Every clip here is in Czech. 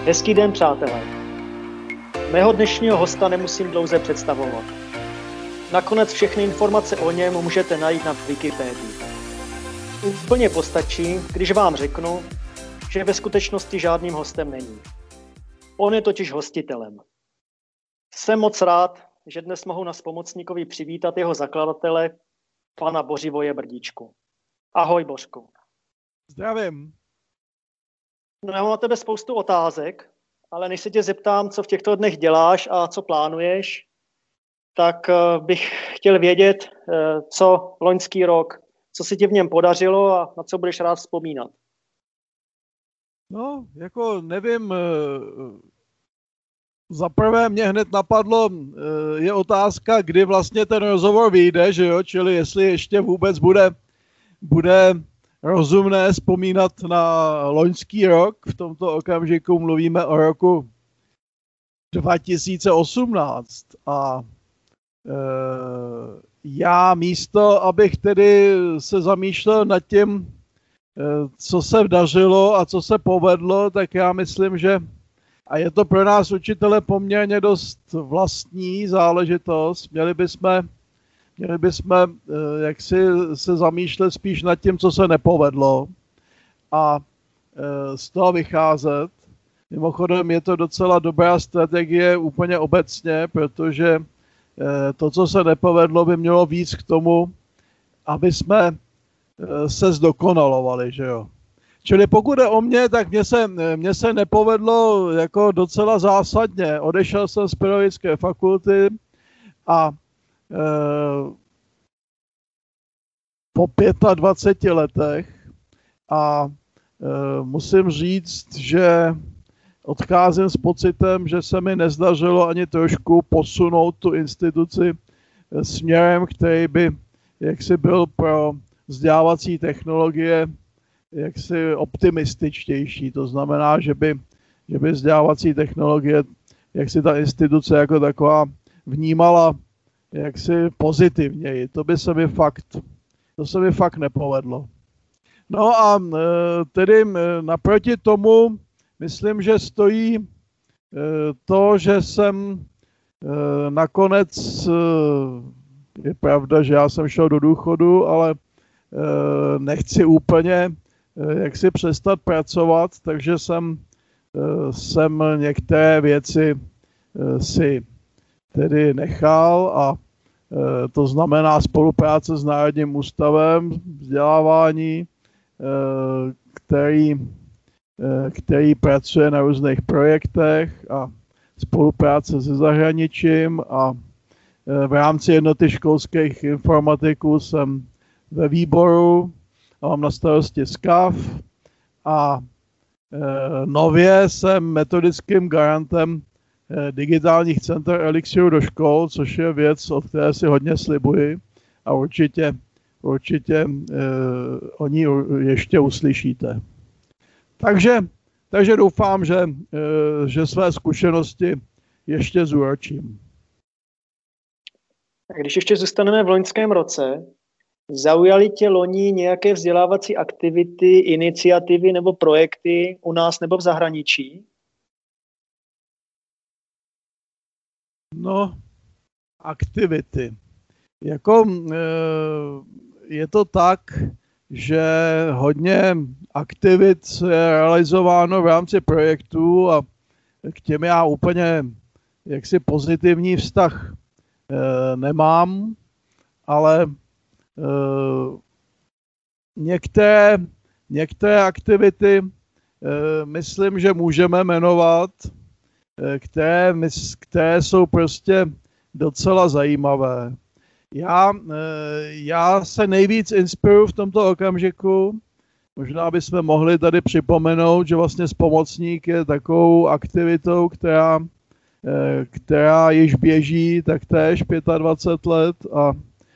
Hezký den, přátelé. Mého dnešního hosta nemusím dlouze představovat. Nakonec všechny informace o něm můžete najít na Wikipedii. Úplně postačí, když vám řeknu, že ve skutečnosti žádným hostem není. On je totiž hostitelem. Jsem moc rád, že dnes mohu na Spomocníkovi přivítat jeho zakladatele, pana Bořivoje Brdíčku. Ahoj, Bořku. Zdravím. No, já mám na tebe spoustu otázek, ale než se tě zeptám, co v těchto dnech děláš a co plánuješ, tak bych chtěl vědět, co loňský rok, co se ti v něm podařilo a na co budeš rád vzpomínat. No, jako nevím, za prvé mě hned napadlo, je otázka, kdy vlastně ten rozhovor vyjde, že jo, čili jestli ještě vůbec bude rozumné vzpomínat na loňský rok. V tomto okamžiku mluvíme o roku 2018 a já místo, abych tedy se zamýšlel nad tím, co se dařilo a co se povedlo, tak já myslím, že a je to pro nás učitele poměrně dost vlastní záležitost. Měli bychom jaksi se zamýšlet spíš nad tím, co se nepovedlo a z toho vycházet. Mimochodem je to docela dobrá strategie úplně obecně, protože to, co se nepovedlo, by mělo víc k tomu, aby jsme se zdokonalovali, že jo. Čili pokud je o mě, tak mně se nepovedlo jako docela zásadně. Odešel jsem z pedagogické fakulty a po 25 letech a musím říct, že odcházím s pocitem, že se mi nezdařilo ani trošku posunout tu instituci směrem, který by jaksi byl pro vzdělávací technologie jaksi optimističtější. To znamená, že by vzdělávací technologie, jak si ta instituce jako taková vnímala jaksi pozitivněji. To se mi fakt nepovedlo. No a tedy naproti tomu myslím, že stojí to, že jsem nakonec, je pravda, že já jsem šel do důchodu, ale nechci úplně jaksi přestat pracovat, takže jsem některé věci si tedy nechal a to znamená spolupráce s Národním ústavem vzdělávání, který pracuje na různých projektech a spolupráce se zahraničím a v rámci jednoty školských informatiků jsem ve výboru a mám na starosti SKAF a nově jsem metodickým garantem digitálních center Elixiru do škol, což je věc, od které si hodně slibuji a určitě o ní ještě uslyšíte. Takže doufám, že své zkušenosti ještě zúročím. Když ještě zůstaneme v loňském roce, zaujaly tě loni nějaké vzdělávací aktivity, iniciativy nebo projekty u nás nebo v zahraničí? No, aktivity. Jako je to tak, že hodně aktivit je realizováno v rámci projektů a k těm já úplně jaksi pozitivní vztah nemám, ale některé aktivity myslím, že můžeme jmenovat, které jsou prostě docela zajímavé. Já se nejvíc inspiruji v tomto okamžiku. Možná bychom mohli tady připomenout, že vlastně Spomocník je takovou aktivitou, která již běží taktéž 25 let a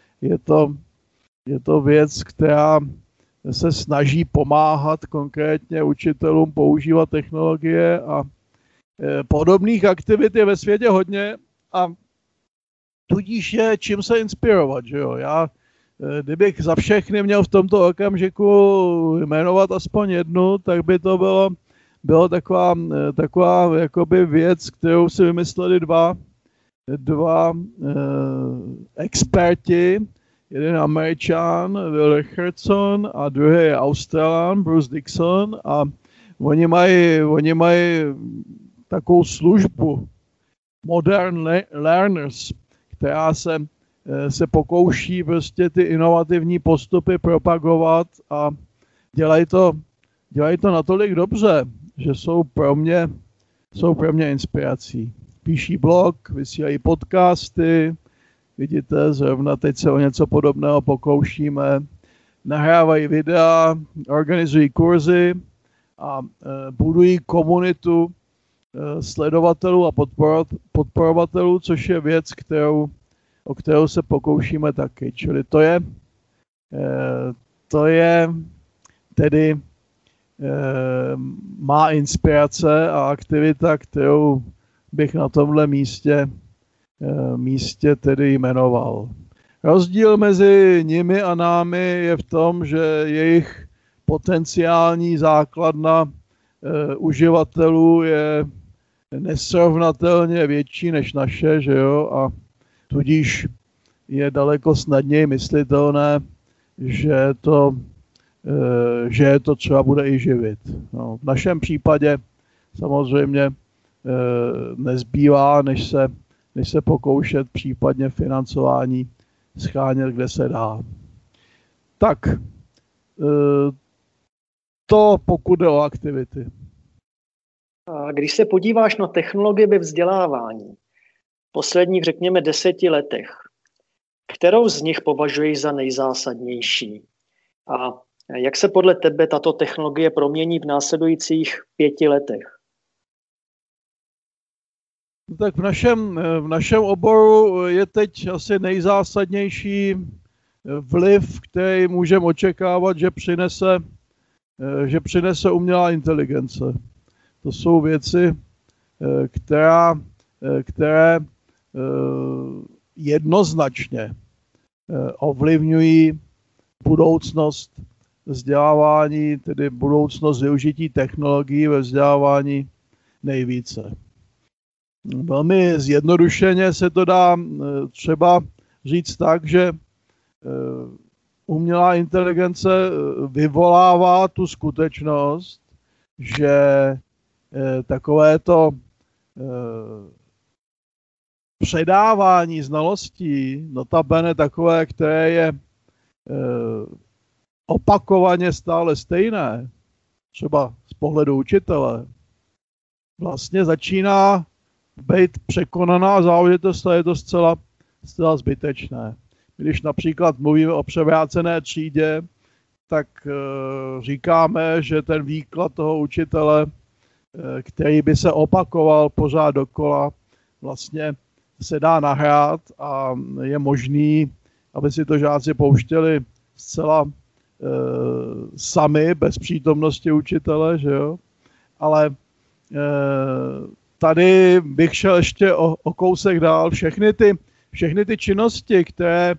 je to věc, která se snaží pomáhat konkrétně učitelům používat technologie a podobných aktivit je ve světě hodně a tudíž je čím se inspirovat, že jo. Já, kdybych za všechny měl v tomto okamžiku jmenovat aspoň jednu, tak by to bylo byla taková jakoby věc, kterou si vymysleli dva experti, jeden Američan, Will Richardson, a druhý je Australan, Bruce Dixon, a oni mají takovou službu Modern Learners, která se pokouší prostě ty inovativní postupy propagovat a dělají to natolik dobře, že jsou pro mě inspirací. Píší blog, vysílají podcasty, vidíte, zrovna teď se o něco podobného pokoušíme, nahrávají videa, organizují kurzy a budují komunitu sledovatelů a podporovatelů, což je věc, o kterou se pokoušíme taky. Čili to je tedy má inspirace a aktivita, kterou bych na tomhle místě tedy jmenoval. Rozdíl mezi nimi a námi je v tom, že jejich potenciální základna uživatelů je nesrovnatelně větší než naše, že jo, a tudíž je daleko snadněji myslitelné, že to třeba bude i živit. No, v našem případě samozřejmě nezbývá, než se pokoušet případně financování schánět, kde se dá. Tak, to pokud jde o aktivity. Když se podíváš na technologie ve vzdělávání, posledních, řekněme, 10 letech, kterou z nich považuješ za nejzásadnější? A jak se podle tebe tato technologie promění v následujících 5 letech? Tak v našem oboru je teď asi nejzásadnější vliv, který můžeme očekávat, že přinese umělá inteligence. To jsou věci, které jednoznačně ovlivňují budoucnost vzdělávání, tedy budoucnost využití technologií ve vzdělávání nejvíce. Velmi zjednodušeně se to dá třeba říct tak, že umělá inteligence vyvolává tu skutečnost, že takovéto předávání znalostí, notabene takové, které je opakovaně stále stejné, třeba z pohledu učitele, vlastně začíná být překonaná záležitost a je to zcela zbytečné. Když například mluvíme o převrácené třídě, tak říkáme, že ten výklad toho učitele, který by se opakoval pořád dokola, vlastně se dá nahrát a je možný, aby si to žáci pouštěli zcela sami, bez přítomnosti učitele, že jo? Ale tady bych šel ještě o kousek dál. Všechny ty činnosti, které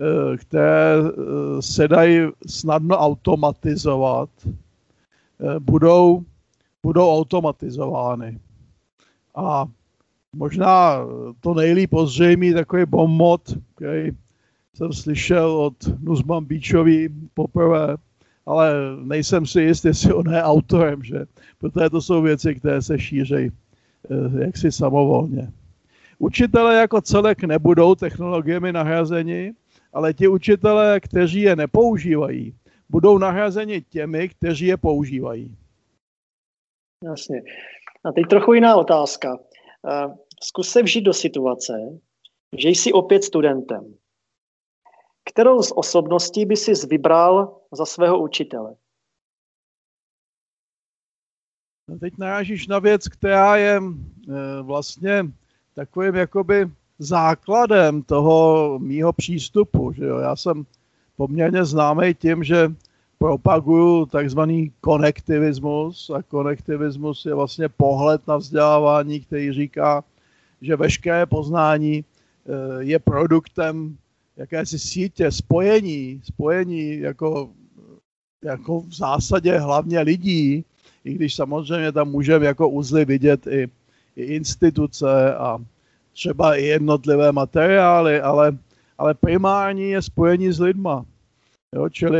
se dají snadno automatizovat, budou automatizovány. A možná to nejlíp ozřejmý takový bonmot, který jsem slyšel od Nuzman Beachový poprvé, ale nejsem si jist, jestli on je autorem, že? Protože to jsou věci, které se šíří jaksi samovolně. Učitelé jako celek nebudou technologiemi nahrazeni, ale ti učitelé, kteří je nepoužívají, budou nahrazeni těmi, kteří je používají. Jasně. A teď trochu jiná otázka. Zkus se vžít do situace, že jsi opět studentem. Kterou z osobností by si vybral za svého učitele? Teď narážíš na věc, která je vlastně takovým jakoby základem toho mýho přístupu. Že jo? Já jsem poměrně známý tím, že propaguju takzvaný konektivismus a konektivismus je vlastně pohled na vzdělávání, který říká, že veškeré poznání je produktem jakési sítě, spojení jako v zásadě hlavně lidí, i když samozřejmě tam můžeme jako uzly vidět i instituce a třeba i jednotlivé materiály, ale primární je spojení s lidma. Jo, čili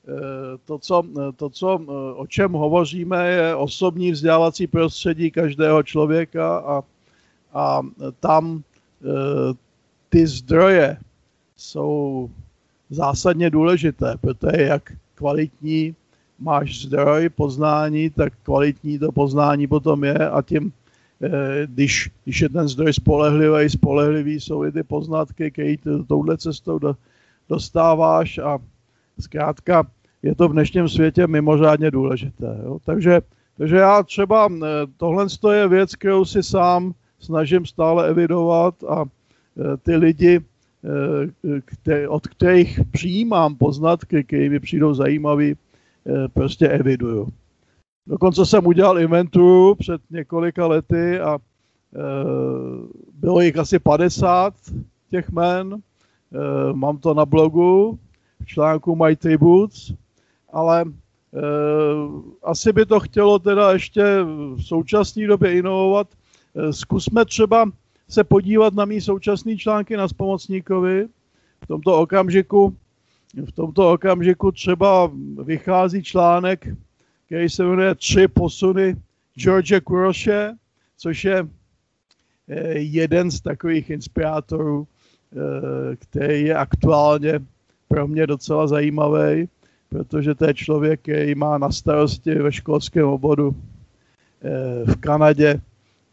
o čem hovoříme, je osobní vzdělávací prostředí každého člověka a tam ty zdroje jsou zásadně důležité, protože jak kvalitní máš zdroj poznání, tak kvalitní to poznání potom je a tím, když je ten zdroj spolehlivý jsou i ty poznatky, které touhle cestou dostáváš a zkrátka je to v dnešním světě mimořádně důležité. Jo? Takže já třeba, tohle je věc, kterou si sám snažím stále evidovat a ty lidi, od kterých přijímám poznatky, které mi přijdou zajímavý, prostě eviduju. Dokonce jsem udělal inventuru před několika lety a bylo jich asi 50 těch jmen. Mám to na blogu, v článku My Tributes, ale asi by to chtělo teda ještě v současné době inovovat. Zkusme třeba se podívat na mý současné články na Zpomocníkovi. V tomto okamžiku třeba vychází článek, který se jmenuje 3 posuny George Couroche, což je jeden z takových inspirátorů, který je aktuálně pro mě docela zajímavý, protože to je člověk, který má na starosti ve školském oboru v Kanadě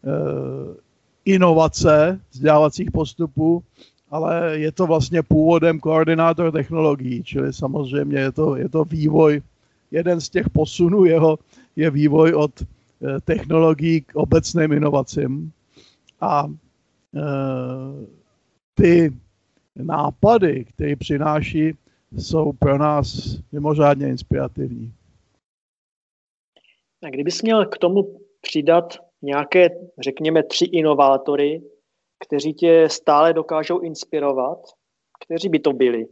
inovace vzdělávacích postupů, ale je to vlastně původem koordinátor technologií, čili samozřejmě je to vývoj, jeden z těch posunů jeho je vývoj od technologií k obecným inovacím. A ty nápady, které přináší, jsou pro nás mimořádně inspirativní. A kdybys měl k tomu přidat nějaké, řekněme, 3 inovátory, kteří tě stále dokážou inspirovat, kteří by to byli?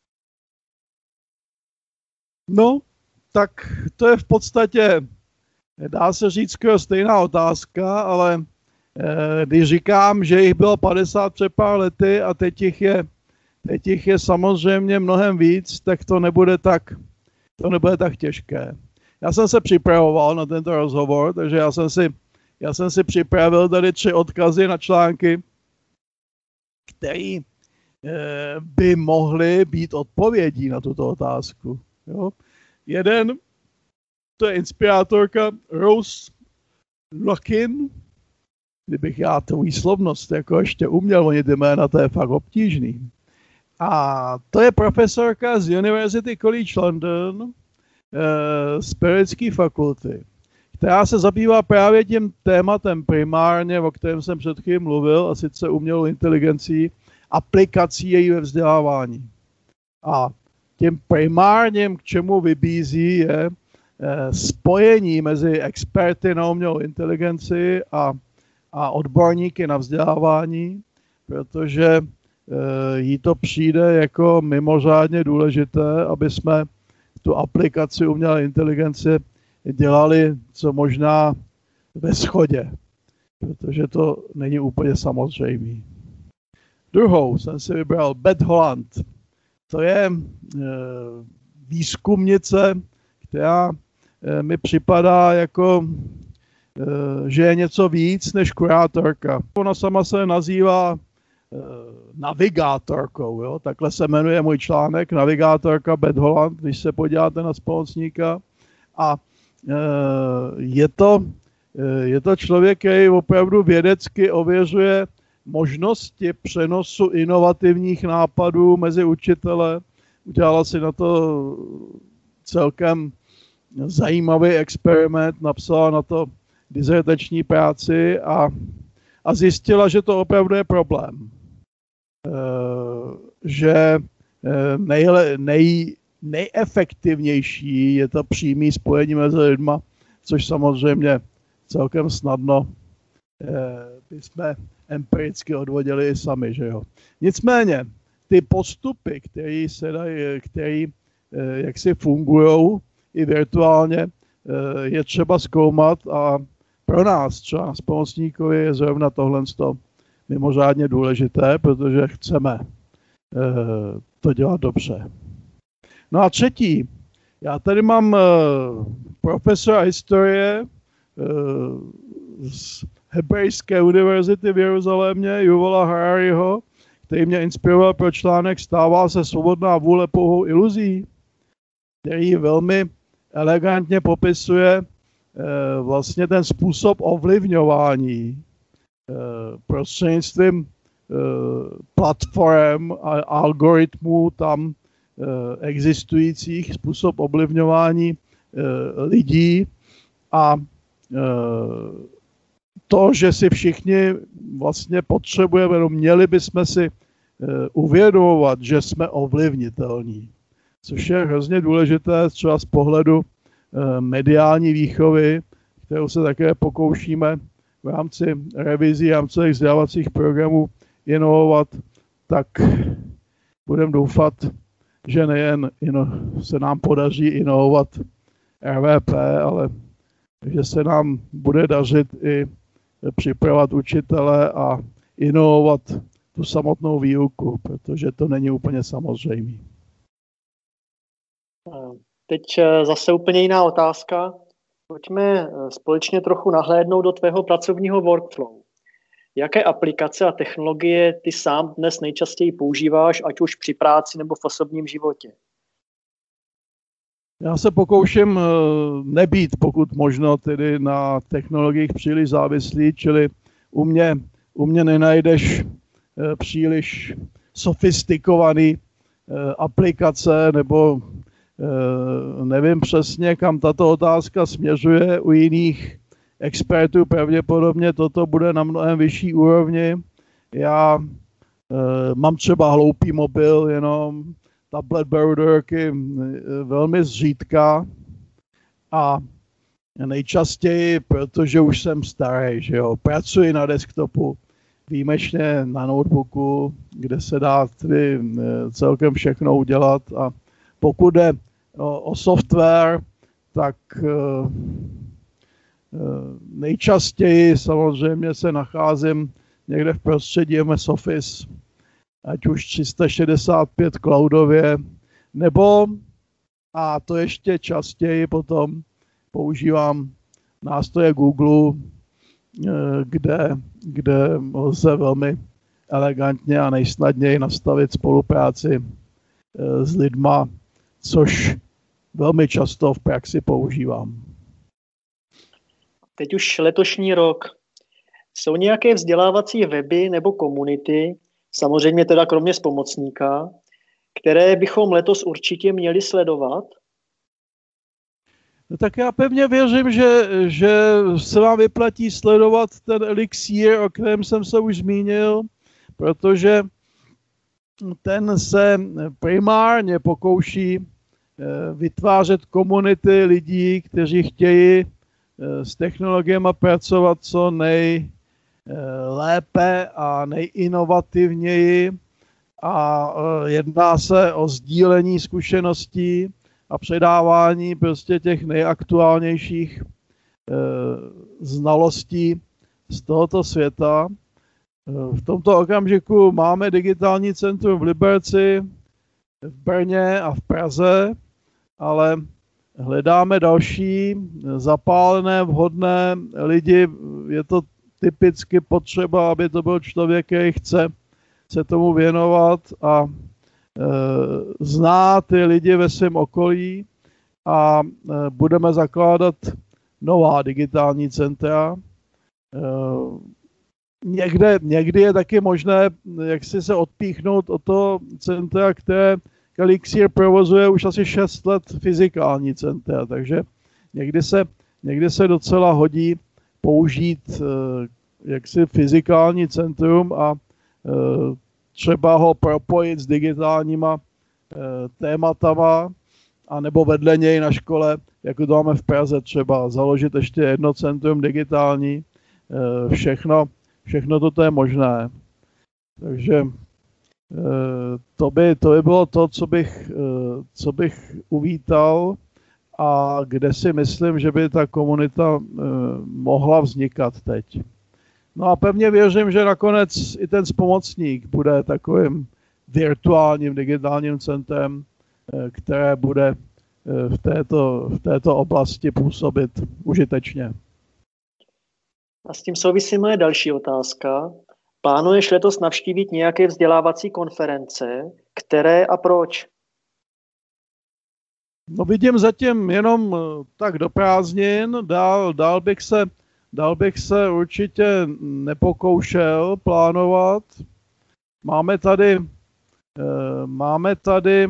No, tak to je v podstatě, dá se říct, skoro stejná otázka, ale když říkám, že jich bylo 50 před pár lety a teď jich je samozřejmě mnohem víc, tak to nebude tak těžké. Já jsem se připravoval na tento rozhovor, takže já jsem si připravil tady 3 odkazy na články, které by mohly být odpovědí na tuto otázku. Jo? Jeden, to je inspirátorka Rose Lokin. Kdybych já tu výslovnost jako ještě uměl, oni ty jména, to je fakt obtížný. A to je profesorka z University College London z Pedagogické fakulty, která se zabývá právě tím tématem primárně, o kterém jsem před chvílí mluvil, a sice umělou inteligencí, aplikací její ve vzdělávání. A tím primárním, k čemu vybízí, je spojení mezi experty na umělou inteligenci a odborníky na vzdělávání, protože jí to přijde jako mimořádně důležité, aby jsme tu aplikaci umělé inteligence dělali co možná ve shodě, protože to není úplně samozřejmé. Druhou jsem si vybral Beth Holland. To je výzkumnice, která mi připadá jako, že je něco víc než kurátorka. Ona sama se nazývá navigátorkou, jo? Takhle se jmenuje můj článek, navigátorka Beth Holland, když se podíváte na Zpomocníka. A je to člověk, který opravdu vědecky ověřuje možnosti přenosu inovativních nápadů mezi učitele. Udělala si na to celkem zajímavý experiment, napsala na to dizertační práci a zjistila, že to opravdu je problém. Že nejefektivnější je to přímé spojení mezi lidma, což samozřejmě celkem snadno bychom empiricky odvodili i sami, že jo. Nicméně, ty postupy, které jaksi fungujou i virtuálně, je třeba zkoumat a pro nás, třeba pomocníkovi, je zrovna tohle mimořádně důležité, protože chceme to dělat dobře. No a třetí, já tady mám profesora historie z Hebrejské univerzity v Jeruzalémě, Yuvala Harariho, který mě inspiroval pro článek Stává se svobodná vůle pouhou iluzí, který velmi elegantně popisuje vlastně ten způsob ovlivňování prostřednictvím platform a algoritmů tam existujících, způsob ovlivňování lidí a to, že si všichni vlastně potřebujeme, no měli bychom si uvědomovat, že jsme ovlivnitelní, což je hrozně důležité třeba z pohledu mediální výchovy, kterou se také pokoušíme v rámci revizí, rámcových vzdělávacích programů inovovat, tak budeme doufat, že nejen se nám podaří inovovat RVP, ale že se nám bude dařit i připravovat učitele a inovovat tu samotnou výuku, protože to není úplně samozřejmé. Teď zase úplně jiná otázka. Pojďme společně trochu nahlédnout do tvého pracovního workflow. Jaké aplikace a technologie ty sám dnes nejčastěji používáš, ať už při práci nebo v osobním životě? Já se pokouším nebýt, pokud možno, tedy na technologiích příliš závislý, čili u mě nenajdeš příliš sofistikovaný aplikace, nebo nevím přesně, kam tato otázka směřuje u jiných expertů. Pravděpodobně toto bude na mnohem vyšší úrovni. Já mám třeba hloupý mobil, jenom tablet Bouderky velmi zřídka a nejčastěji, protože už jsem starý, že jo, pracuji na desktopu, výjimečně na notebooku, kde se dá celkem všechno udělat a pokud jde o software, tak nejčastěji samozřejmě se nacházím někde v prostředí MS Office, ať už 365 cloudově, nebo, a to ještě častěji používám nástroje Google, kde lze velmi elegantně a nejsnadněji nastavit spolupráci s lidma, což velmi často v praxi používám. Teď už letošní rok. Jsou nějaké vzdělávací weby nebo komunity, samozřejmě teda kromě Spomocníka, které bychom letos určitě měli sledovat? No tak já pevně věřím, že se vám vyplatí sledovat ten Elixir, o kterém jsem se už zmínil, protože ten se primárně pokouší vytvářet komunity lidí, kteří chtějí s technologiemi pracovat co nejlépe a nejinovativněji a jedná se o sdílení zkušeností a předávání prostě těch nejaktuálnějších znalostí z tohoto světa. V tomto okamžiku máme digitální centrum v Liberci, v Brně a v Praze, ale hledáme další zapálené, vhodné lidi. Je to typicky potřeba, aby to byl člověk, který chce se tomu věnovat a zná ty lidi ve svém okolí a budeme zakládat nová digitální centra. Někdy je taky možné, jak si se odpíchnout od toho centra, které Elixir provozuje už asi 6 let fyzikální centra, takže někdy se docela hodí použít jaksi fyzikální centrum a třeba ho propojit s digitálníma tématama, anebo vedle něj na škole, jako to máme v Praze třeba, založit ještě jedno centrum digitální. Všechno toto je možné. Takže to by bylo to, co bych uvítal. a kde si myslím, že by ta komunita mohla vznikat teď. No a pevně věřím, že nakonec i ten spomocník bude takovým virtuálním digitálním centrem, které bude v této oblasti působit užitečně. A s tím souvisí moje další otázka. Plánuješ letos navštívit nějaké vzdělávací konference? Které a proč? No vidím zatím jenom tak do prázdnin, dál bych se určitě nepokoušel plánovat. Máme tady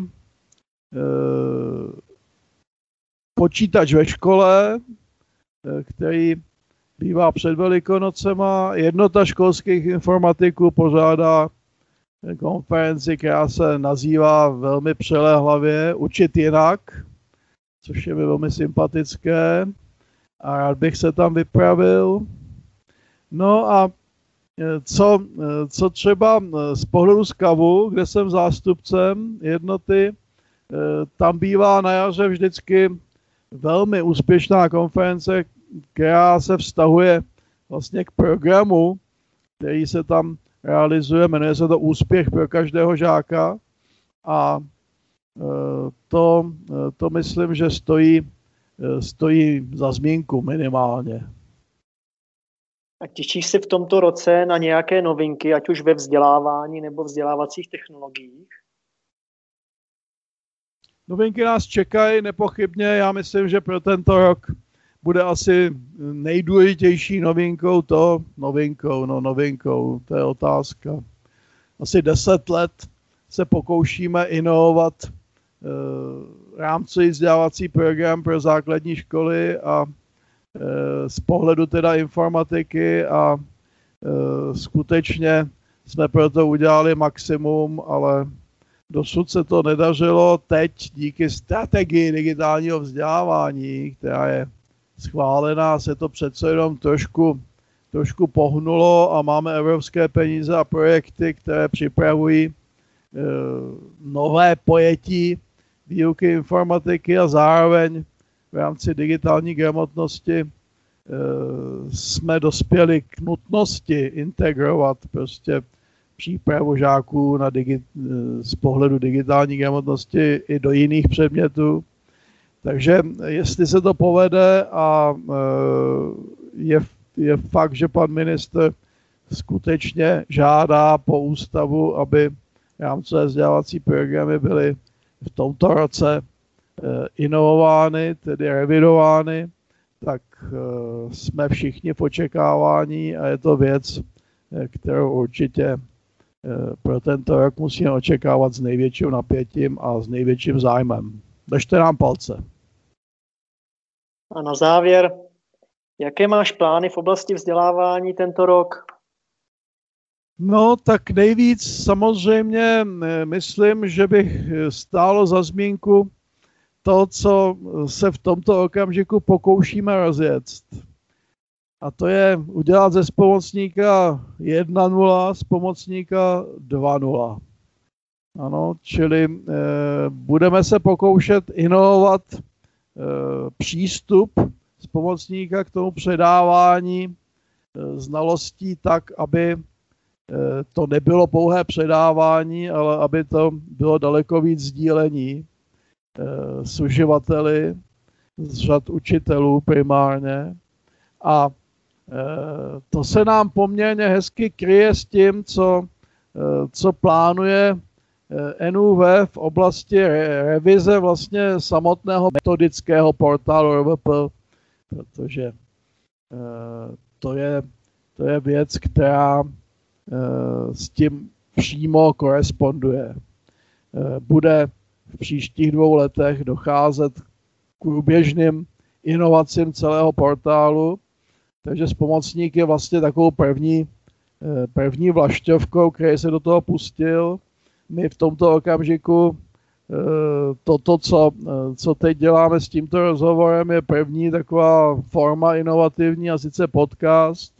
počítač ve škole, který bývá před Velikonocema. Jednota školských informatiků pořádá konferenci, která se nazývá velmi přeléhlavě Učit jinak, což je mi velmi sympatické a rád bych se tam vypravil. No a co třeba z pohledu SCAVu, kde jsem zástupcem jednoty, tam bývá na jaře vždycky velmi úspěšná konference, která se vztahuje vlastně k programu, který se tam realizuje, jmenuje se to Úspěch pro každého žáka a to myslím, že stojí za zmínku minimálně. A těšíš se v tomto roce na nějaké novinky, ať už ve vzdělávání nebo vzdělávacích technologiích? Novinky nás čekají nepochybně. Já myslím, že pro tento rok bude asi nejdůležitější novinkou, to je otázka. Asi 10 let se pokoušíme inovovat rámcový vzdělávací program pro základní školy a z pohledu teda informatiky a skutečně jsme pro to udělali maximum, ale dosud se to nedařilo. Teď díky strategii digitálního vzdělávání, která je schválená, se to přece jenom trošku pohnulo a máme evropské peníze a projekty, které připravují nové pojetí výuky informatiky a zároveň v rámci digitální gramotnosti jsme dospěli k nutnosti integrovat prostě přípravu žáků z pohledu digitální gramotnosti i do jiných předmětů. Takže jestli se to povede a je fakt, že pan ministr skutečně žádá po ústavu, aby rámcové vzdělávací programy byly v tomto roce inovovány, tedy revidovány, tak jsme všichni v očekávání a je to věc, kterou určitě pro tento rok musíme očekávat s největším napětím a s největším zájmem. Držte nám palce. A na závěr, jaké máš plány v oblasti vzdělávání tento rok? No, tak nejvíc samozřejmě myslím, že bych stálo za zmínku to, co se v tomto okamžiku pokoušíme rozjet. A to je udělat ze spomocníka 1.0 z pomocníka 2.0. Ano, čili budeme se pokoušet inovovat přístup z pomocníka k tomu předávání znalostí tak, aby to nebylo pouhé předávání, ale aby to bylo daleko víc sdílení s uživateli, z řad učitelů primárně. A to se nám poměrně hezky kryje s tím, co plánuje NUV v oblasti revize vlastně samotného metodického portálu RVP, protože to je věc, která s tím přímo koresponduje. Bude v příštích 2 letech docházet k průběžným inovacím celého portálu, takže spomocník je vlastně takovou první vlašťovkou, který se do toho pustil. My v tomto okamžiku co teď děláme s tímto rozhovorem, je první taková forma inovativní, a sice podcast.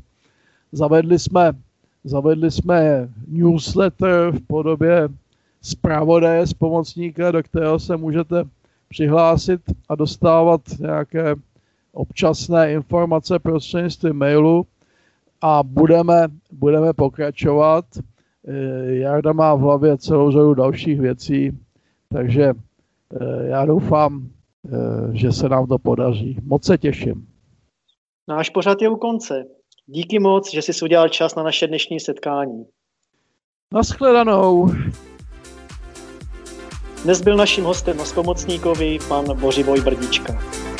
Zavedli jsme newsletter v podobě zpravodaje z pomocníka, do kterého se můžete přihlásit a dostávat nějaké občasné informace prostřednictvím mailu a budeme pokračovat. Jarda má v hlavě celou řadu dalších věcí, takže já doufám, že se nám to podaří. Moc se těším. Náš pořad je u konce. Díky moc, že jsi udělal čas na naše dnešní setkání. Naschledanou. Dnes byl naším hostem na Pomocníkovi pan Bořivoj Brdička.